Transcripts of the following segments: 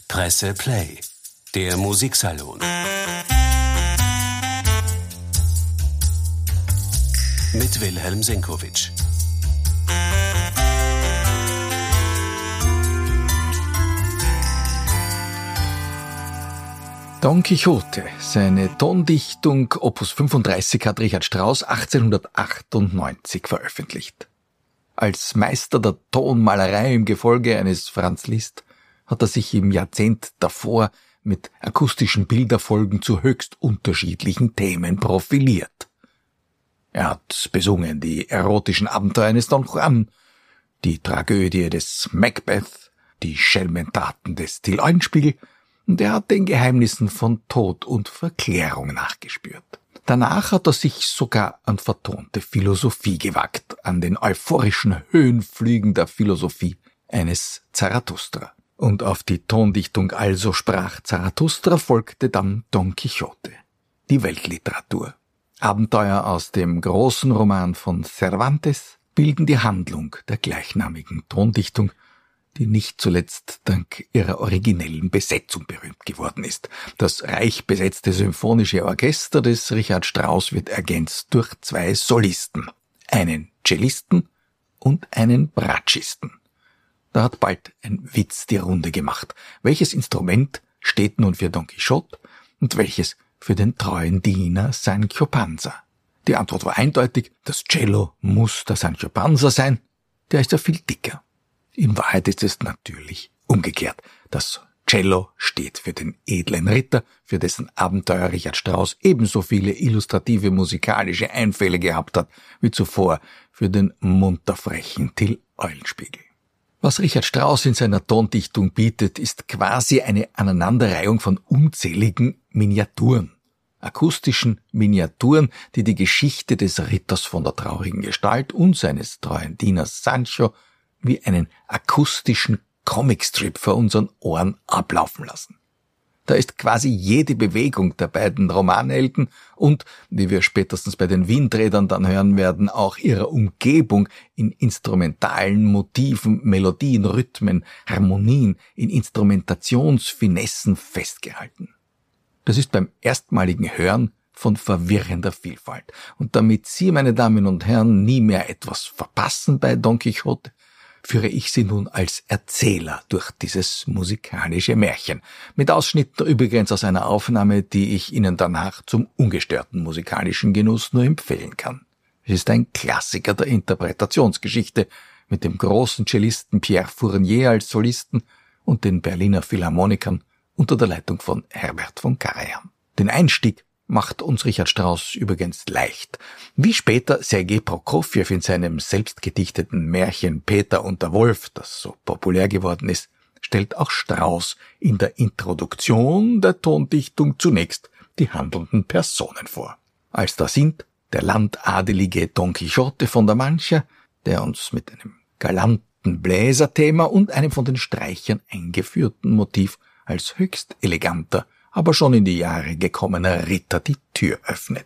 Presse Play, der Musiksalon. Mit Wilhelm Senkowitsch. Don Quixote, seine Tondichtung Opus 35 hat Richard Strauss 1898 veröffentlicht. Als Meister der Tonmalerei im Gefolge eines Franz Liszt hat er sich im Jahrzehnt davor mit akustischen Bilderfolgen zu höchst unterschiedlichen Themen profiliert. Er hat besungen die erotischen Abenteuer eines Don Juan, die Tragödie des Macbeth, die Schelmentaten des Till Eulenspiegel, und er hat den Geheimnissen von Tod und Verklärung nachgespürt. Danach hat er sich sogar an vertonte Philosophie gewagt, an den euphorischen Höhenflügen der Philosophie eines Zarathustra. Und auf die Tondichtung Also sprach Zarathustra folgte dann Don Quixote, die Weltliteratur. Abenteuer aus dem großen Roman von Cervantes bilden die Handlung der gleichnamigen Tondichtung, die nicht zuletzt dank ihrer originellen Besetzung berühmt geworden ist. Das reich besetzte symphonische Orchester des Richard Strauss wird ergänzt durch zwei Solisten, einen Cellisten und einen Bratschisten. Da hat bald ein Witz die Runde gemacht. Welches Instrument steht nun für Don Quixote und welches für den treuen Diener Sancho Panza? Die Antwort war eindeutig, das Cello muss der Sancho Panza sein, der ist ja viel dicker. In Wahrheit ist es natürlich umgekehrt. Das Cello steht für den edlen Ritter, für dessen Abenteuer Richard Strauss ebenso viele illustrative musikalische Einfälle gehabt hat, wie zuvor für den munterfrechen Till Eulenspiegel. Was Richard Strauss in seiner Tondichtung bietet, ist quasi eine Aneinanderreihung von unzähligen Miniaturen. Akustischen Miniaturen, die die Geschichte des Ritters von der traurigen Gestalt und seines treuen Dieners Sancho wie einen akustischen Comicstrip vor unseren Ohren ablaufen lassen. Da ist quasi jede Bewegung der beiden Romanhelden und, wie wir spätestens bei den Windrädern dann hören werden, auch ihrer Umgebung in instrumentalen Motiven, Melodien, Rhythmen, Harmonien, in Instrumentationsfinessen festgehalten. Das ist beim erstmaligen Hören von verwirrender Vielfalt. Und damit Sie, meine Damen und Herren, nie mehr etwas verpassen bei Don Quixote, führe ich Sie nun als Erzähler durch dieses musikalische Märchen, mit Ausschnitten übrigens aus einer Aufnahme, die ich Ihnen danach zum ungestörten musikalischen Genuss nur empfehlen kann. Es ist ein Klassiker der Interpretationsgeschichte mit dem großen Cellisten Pierre Fournier als Solisten und den Berliner Philharmonikern unter der Leitung von Herbert von Karajan. Den Einstieg macht uns Richard Strauss übrigens leicht. Wie später Sergei Prokofjew in seinem selbstgedichteten Märchen Peter und der Wolf, das so populär geworden ist, stellt auch Strauss in der Introduktion der Tondichtung zunächst die handelnden Personen vor. Als da sind der landadelige Don Quixote von der Mancha, der uns mit einem galanten Bläserthema und einem von den Streichern eingeführten Motiv als höchst eleganter, aber schon in die Jahre gekommener Ritter die Tür öffnet.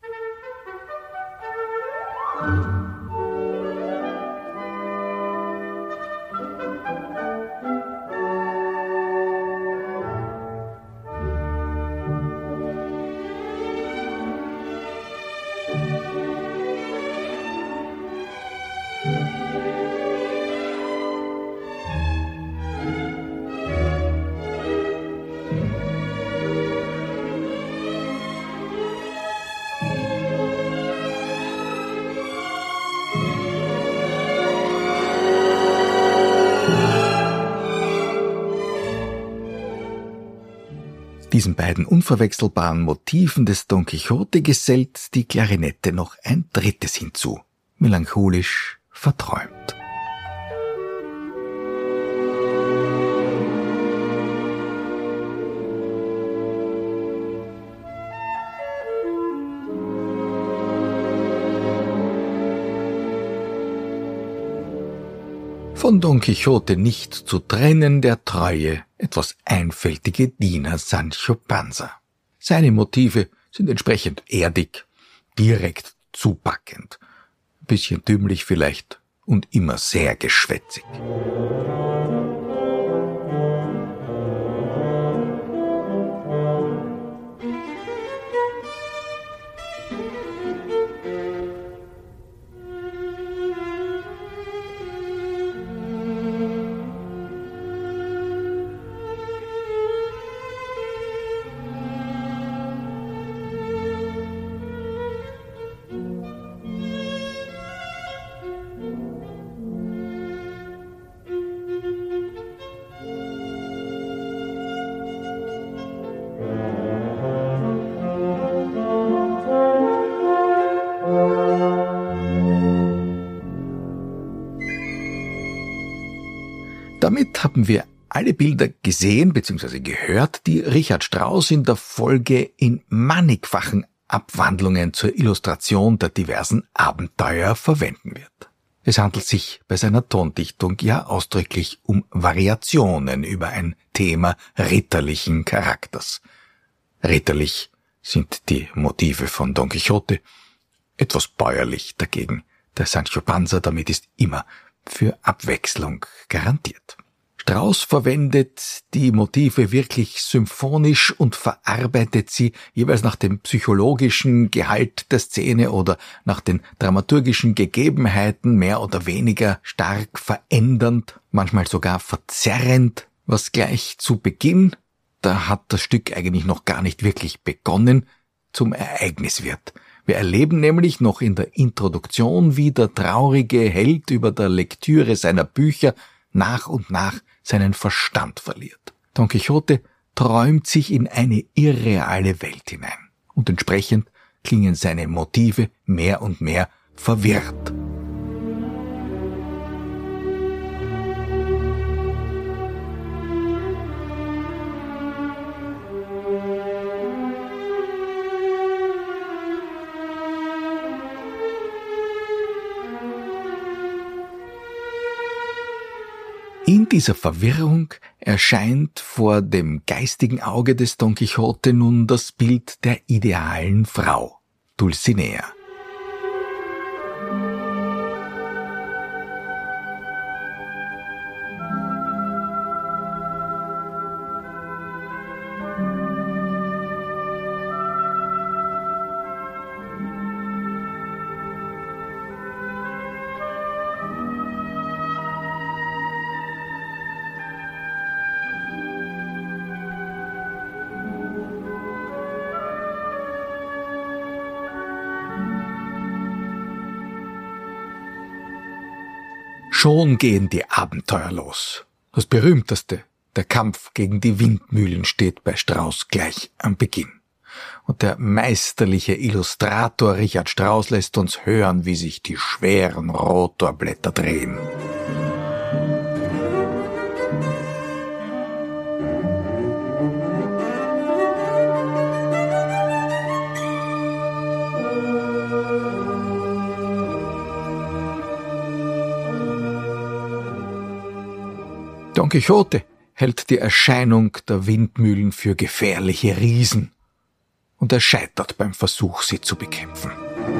Diesen beiden unverwechselbaren Motiven des Don Quixote gesellt die Klarinette noch ein drittes hinzu, melancholisch verträumt. Von Don Quixote nicht zu trennen der treue, etwas einfältige Diener Sancho Panza. Seine Motive sind entsprechend erdig, direkt zupackend, ein bisschen dümmlich vielleicht und immer sehr geschwätzig. haben wir alle Bilder gesehen bzw. gehört, die Richard Strauss in der Folge in mannigfachen Abwandlungen zur Illustration der diversen Abenteuer verwenden wird. Es handelt sich bei seiner Tondichtung ja ausdrücklich um Variationen über ein Thema ritterlichen Charakters. Ritterlich sind die Motive von Don Quixote, etwas bäuerlich dagegen der Sancho Panza, damit ist immer für Abwechslung garantiert. Strauss verwendet die Motive wirklich symphonisch und verarbeitet sie jeweils nach dem psychologischen Gehalt der Szene oder nach den dramaturgischen Gegebenheiten mehr oder weniger stark verändernd, manchmal sogar verzerrend, was gleich zu Beginn, da hat das Stück eigentlich noch gar nicht wirklich begonnen, zum Ereignis wird. Wir erleben nämlich noch in der Introduktion, wie der traurige Held über der Lektüre seiner Bücher nach und nach seinen Verstand verliert. Don Quixote träumt sich in eine irreale Welt hinein und entsprechend klingen seine Motive mehr und mehr verwirrt. In dieser Verwirrung erscheint vor dem geistigen Auge des Don Quixote nun das Bild der idealen Frau, Dulcinea. Schon gehen die Abenteuer los. Das berühmteste, der Kampf gegen die Windmühlen, steht bei Strauss gleich am Beginn. Und der meisterliche Illustrator Richard Strauss lässt uns hören, wie sich die schweren Rotorblätter drehen. Don Quixote hält die Erscheinung der Windmühlen für gefährliche Riesen und er scheitert beim Versuch, sie zu bekämpfen.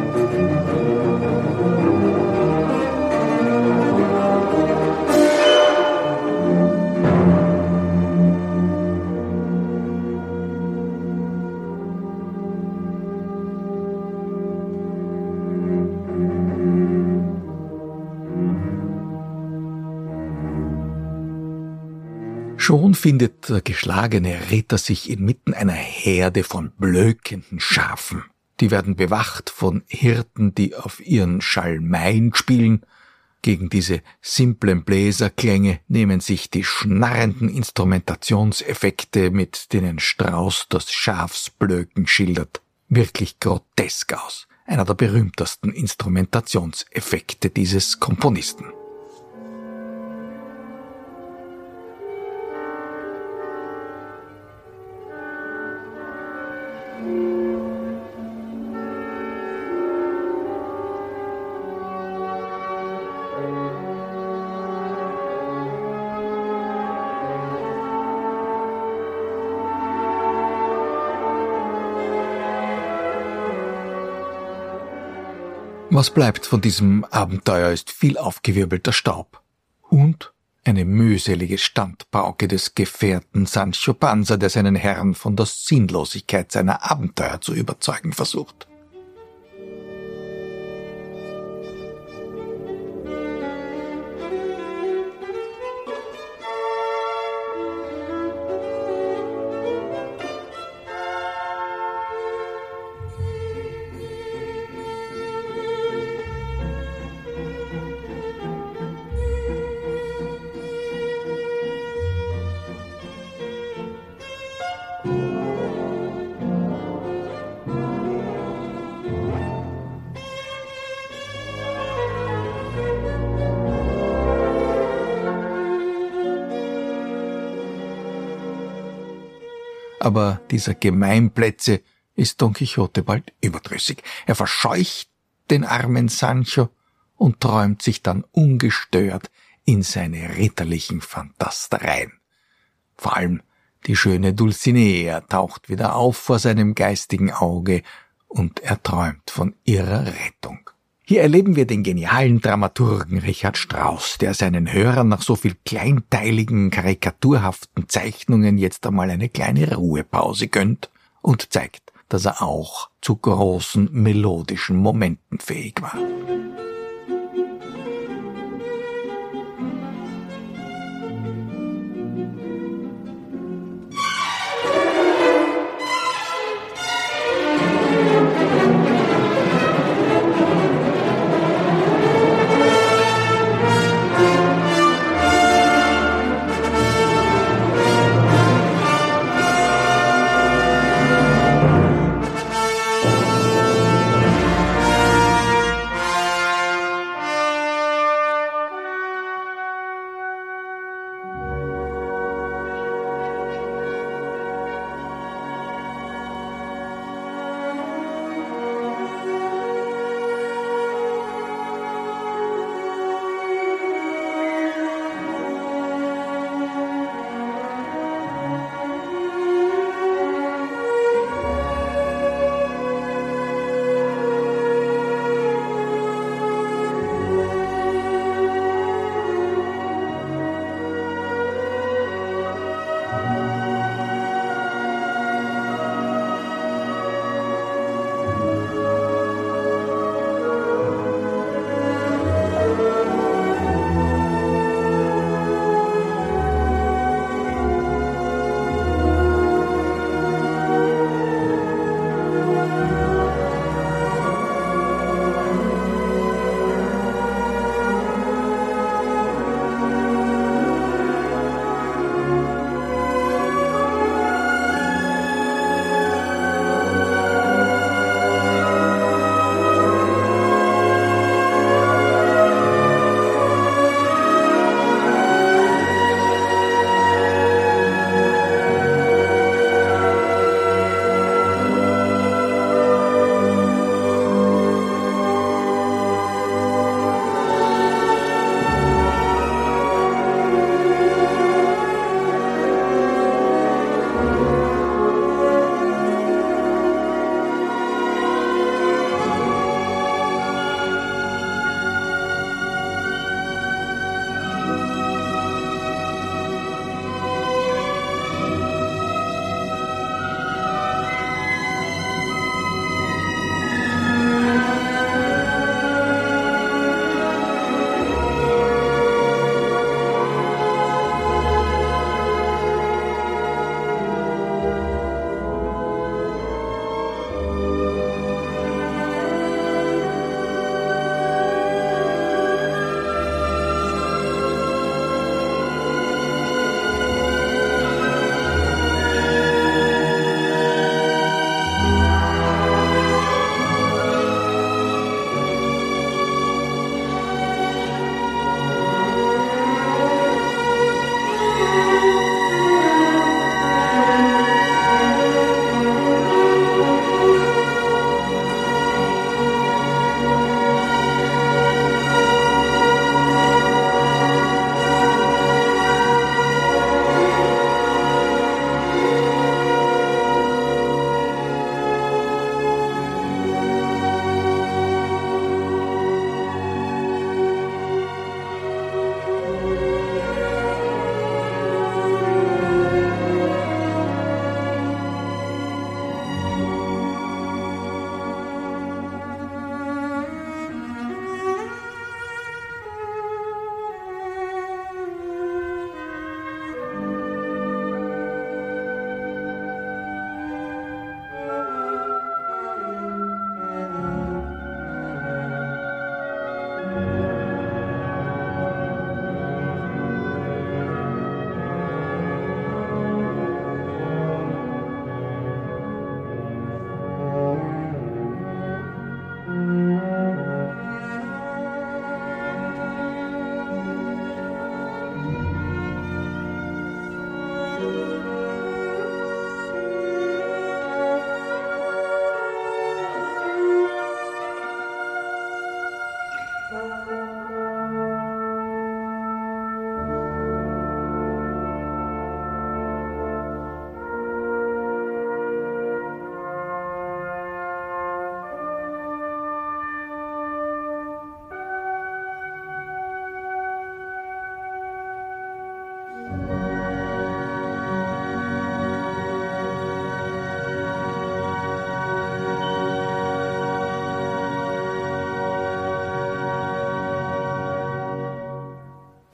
Schon findet der geschlagene Ritter sich inmitten einer Herde von blökenden Schafen. Die werden bewacht von Hirten, die auf ihren Schalmeien spielen. Gegen diese simplen Bläserklänge nehmen sich die schnarrenden Instrumentationseffekte, mit denen Strauss das Schafsblöken schildert, wirklich grotesk aus. Einer der berühmtesten Instrumentationseffekte dieses Komponisten. Was bleibt von diesem Abenteuer ist viel aufgewirbelter Staub und eine mühselige Standpauke des Gefährten Sancho Panza, der seinen Herrn von der Sinnlosigkeit seiner Abenteuer zu überzeugen versucht. Aber dieser Gemeinplätze ist Don Quixote bald überdrüssig. Er verscheucht den armen Sancho und träumt sich dann ungestört in seine ritterlichen Fantastereien. Vor allem die schöne Dulcinea taucht wieder auf vor seinem geistigen Auge und er träumt von ihrer Rettung. Hier erleben wir den genialen Dramaturgen Richard Strauss, der seinen Hörern nach so viel kleinteiligen, karikaturhaften Zeichnungen jetzt einmal eine kleine Ruhepause gönnt und zeigt, dass er auch zu großen melodischen Momenten fähig war.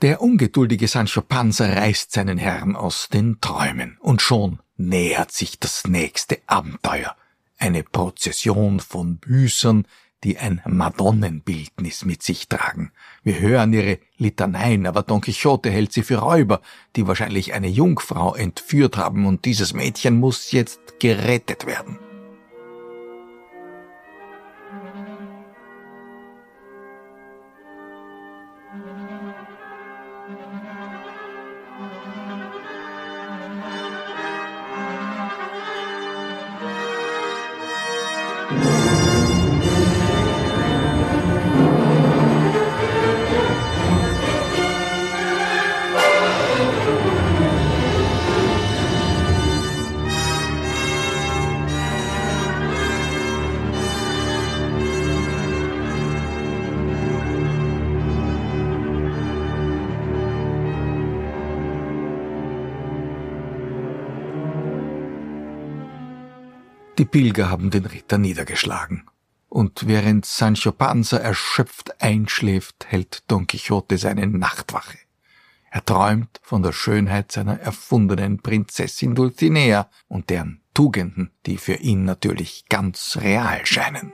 Der ungeduldige Sancho Panza reißt seinen Herrn aus den Träumen und schon nähert sich das nächste Abenteuer. Eine Prozession von Büßern, die ein Madonnenbildnis mit sich tragen. Wir hören ihre Litaneien, aber Don Quixote hält sie für Räuber, die wahrscheinlich eine Jungfrau entführt haben, und dieses Mädchen muss jetzt gerettet werden. Die Pilger haben den Ritter niedergeschlagen, und während Sancho Panza erschöpft einschläft, hält Don Quixote seine Nachtwache. Er träumt von der Schönheit seiner erfundenen Prinzessin Dulcinea und deren Tugenden, die für ihn natürlich ganz real scheinen.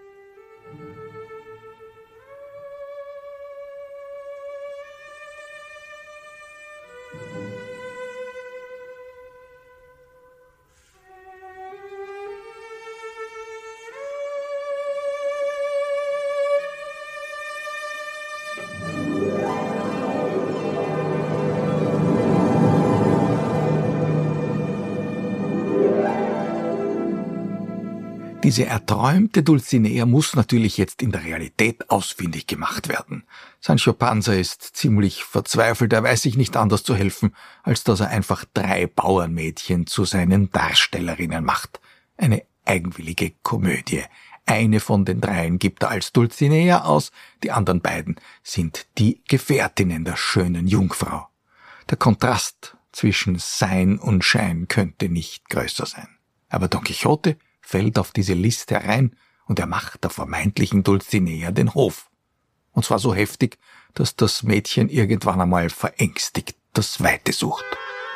Diese erträumte Dulcinea muss natürlich jetzt in der Realität ausfindig gemacht werden. Sancho Panza ist ziemlich verzweifelt, er weiß sich nicht anders zu helfen, als dass er einfach 3 Bauernmädchen zu seinen Darstellerinnen macht. Eine eigenwillige Komödie. Eine von den 3 gibt er als Dulcinea aus, die anderen beiden sind die Gefährtinnen der schönen Jungfrau. Der Kontrast zwischen Sein und Schein könnte nicht größer sein. Aber Don Quixote fällt auf diese Liste herein und er macht der vermeintlichen Dulcinea den Hof. Und zwar so heftig, dass das Mädchen irgendwann einmal verängstigt das Weite sucht.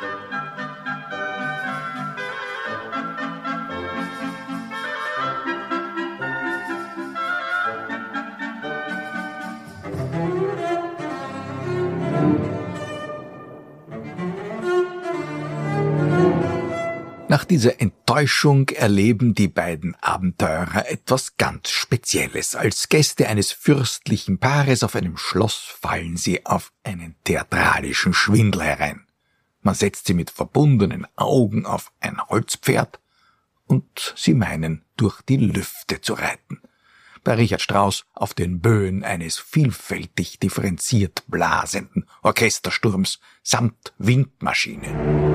Nach dieser Enttäuschung erleben die beiden Abenteurer etwas ganz Spezielles. Als Gäste eines fürstlichen Paares auf einem Schloss fallen sie auf einen theatralischen Schwindel herein. Man setzt sie mit verbundenen Augen auf ein Holzpferd und sie meinen, durch die Lüfte zu reiten. Bei Richard Strauss auf den Böen eines vielfältig differenziert blasenden Orchestersturms samt Windmaschine.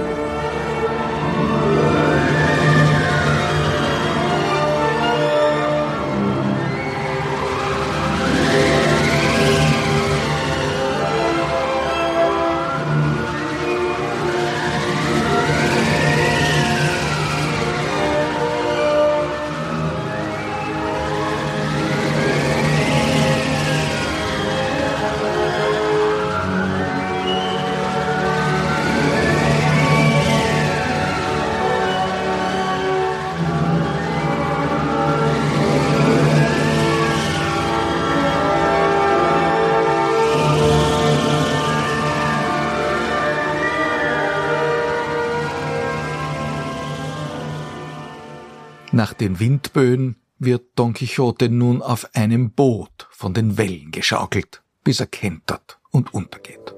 Nach den Windböen wird Don Quixote nun auf einem Boot von den Wellen geschaukelt, bis er kentert und untergeht.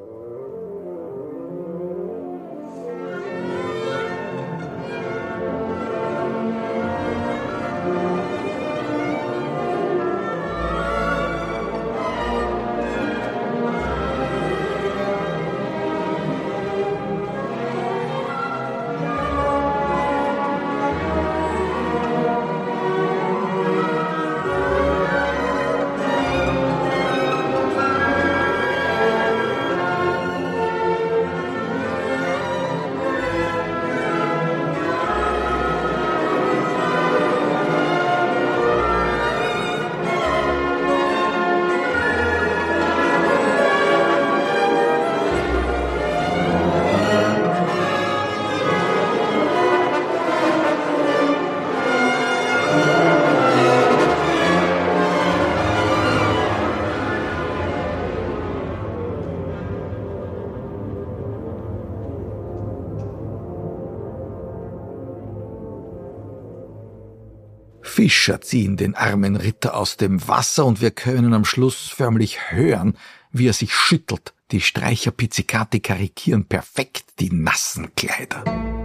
Fischer ziehen den armen Ritter aus dem Wasser und wir können am Schluss förmlich hören, wie er sich schüttelt. Die Streicher Pizzicati karikieren perfekt die nassen Kleider.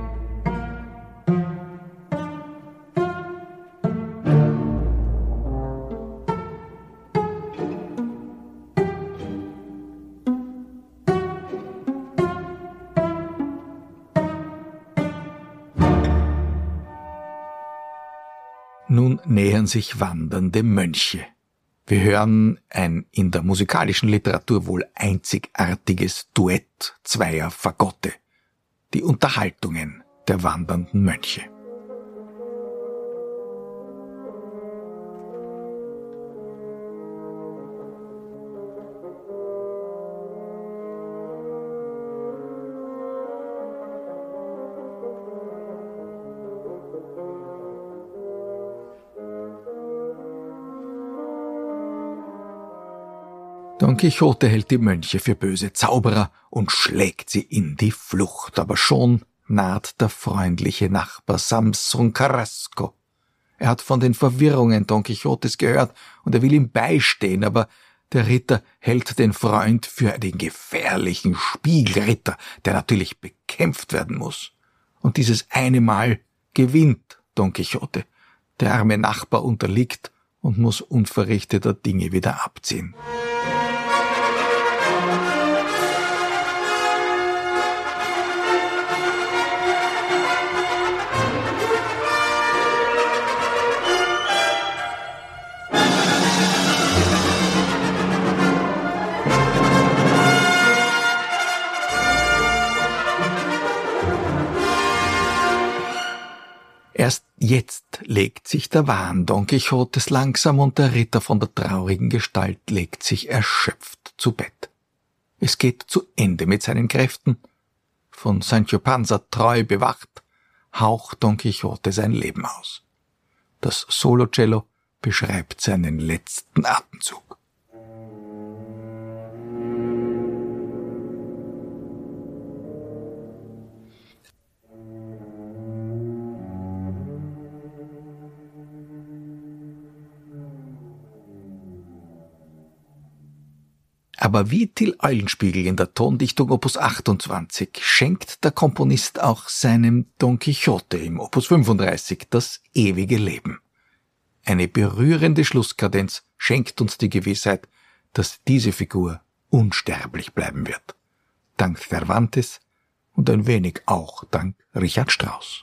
Nun nähern sich wandernde Mönche. Wir hören ein in der musikalischen Literatur wohl einzigartiges Duett zweier Fagotte, die Unterhaltungen der wandernden Mönche. Don Quixote hält die Mönche für böse Zauberer und schlägt sie in die Flucht, aber schon naht der freundliche Nachbar Samson Carrasco. Er hat von den Verwirrungen Don Quixotes gehört und er will ihm beistehen, aber der Ritter hält den Freund für den gefährlichen Spiegelritter, der natürlich bekämpft werden muss. Und dieses eine Mal gewinnt Don Quixote. Der arme Nachbar unterliegt und muss unverrichteter Dinge wieder abziehen. Erst jetzt legt sich der Wahn Don Quixotes langsam und der Ritter von der traurigen Gestalt legt sich erschöpft zu Bett. Es geht zu Ende mit seinen Kräften. Von Sancho Panza treu bewacht, haucht Don Quixote sein Leben aus. Das Solocello beschreibt seinen letzten Atemzug. Aber wie Till Eulenspiegel in der Tondichtung Opus 28 schenkt der Komponist auch seinem Don Quixote im Opus 35 das ewige Leben. Eine berührende Schlusskadenz schenkt uns die Gewissheit, dass diese Figur unsterblich bleiben wird. Dank Cervantes und ein wenig auch dank Richard Strauss.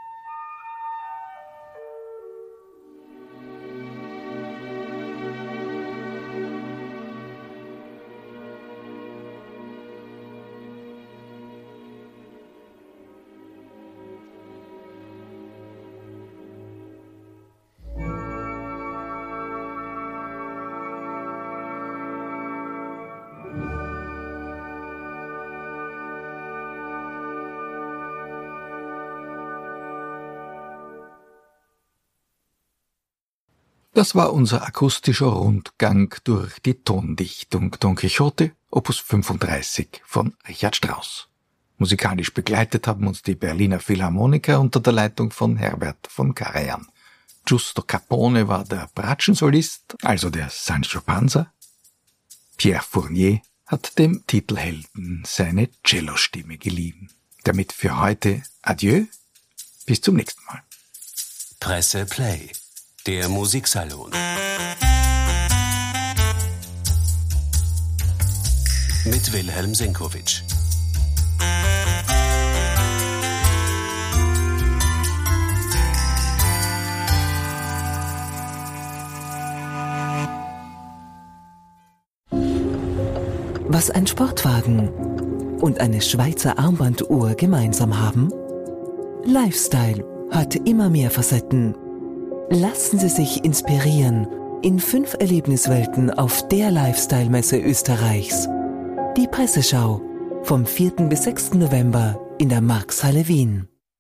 Das war unser akustischer Rundgang durch die Tondichtung Don Quixote, Opus 35 von Richard Strauss. Musikalisch begleitet haben uns die Berliner Philharmoniker unter der Leitung von Herbert von Karajan. Giusto Capone war der Bratschensolist, also der Sancho Panza. Pierre Fournier hat dem Titelhelden seine Cellostimme geliehen. Damit für heute Adieu, bis zum nächsten Mal. Presse Play, der Musiksalon. Mit Wilhelm Senkowitsch. Was ein Sportwagen und eine Schweizer Armbanduhr gemeinsam haben? Lifestyle hat immer mehr Facetten. Lassen Sie sich inspirieren in 5 Erlebniswelten auf der Lifestyle-Messe Österreichs. Die Presseschau vom 4. bis 6. November in der Marxhalle Wien.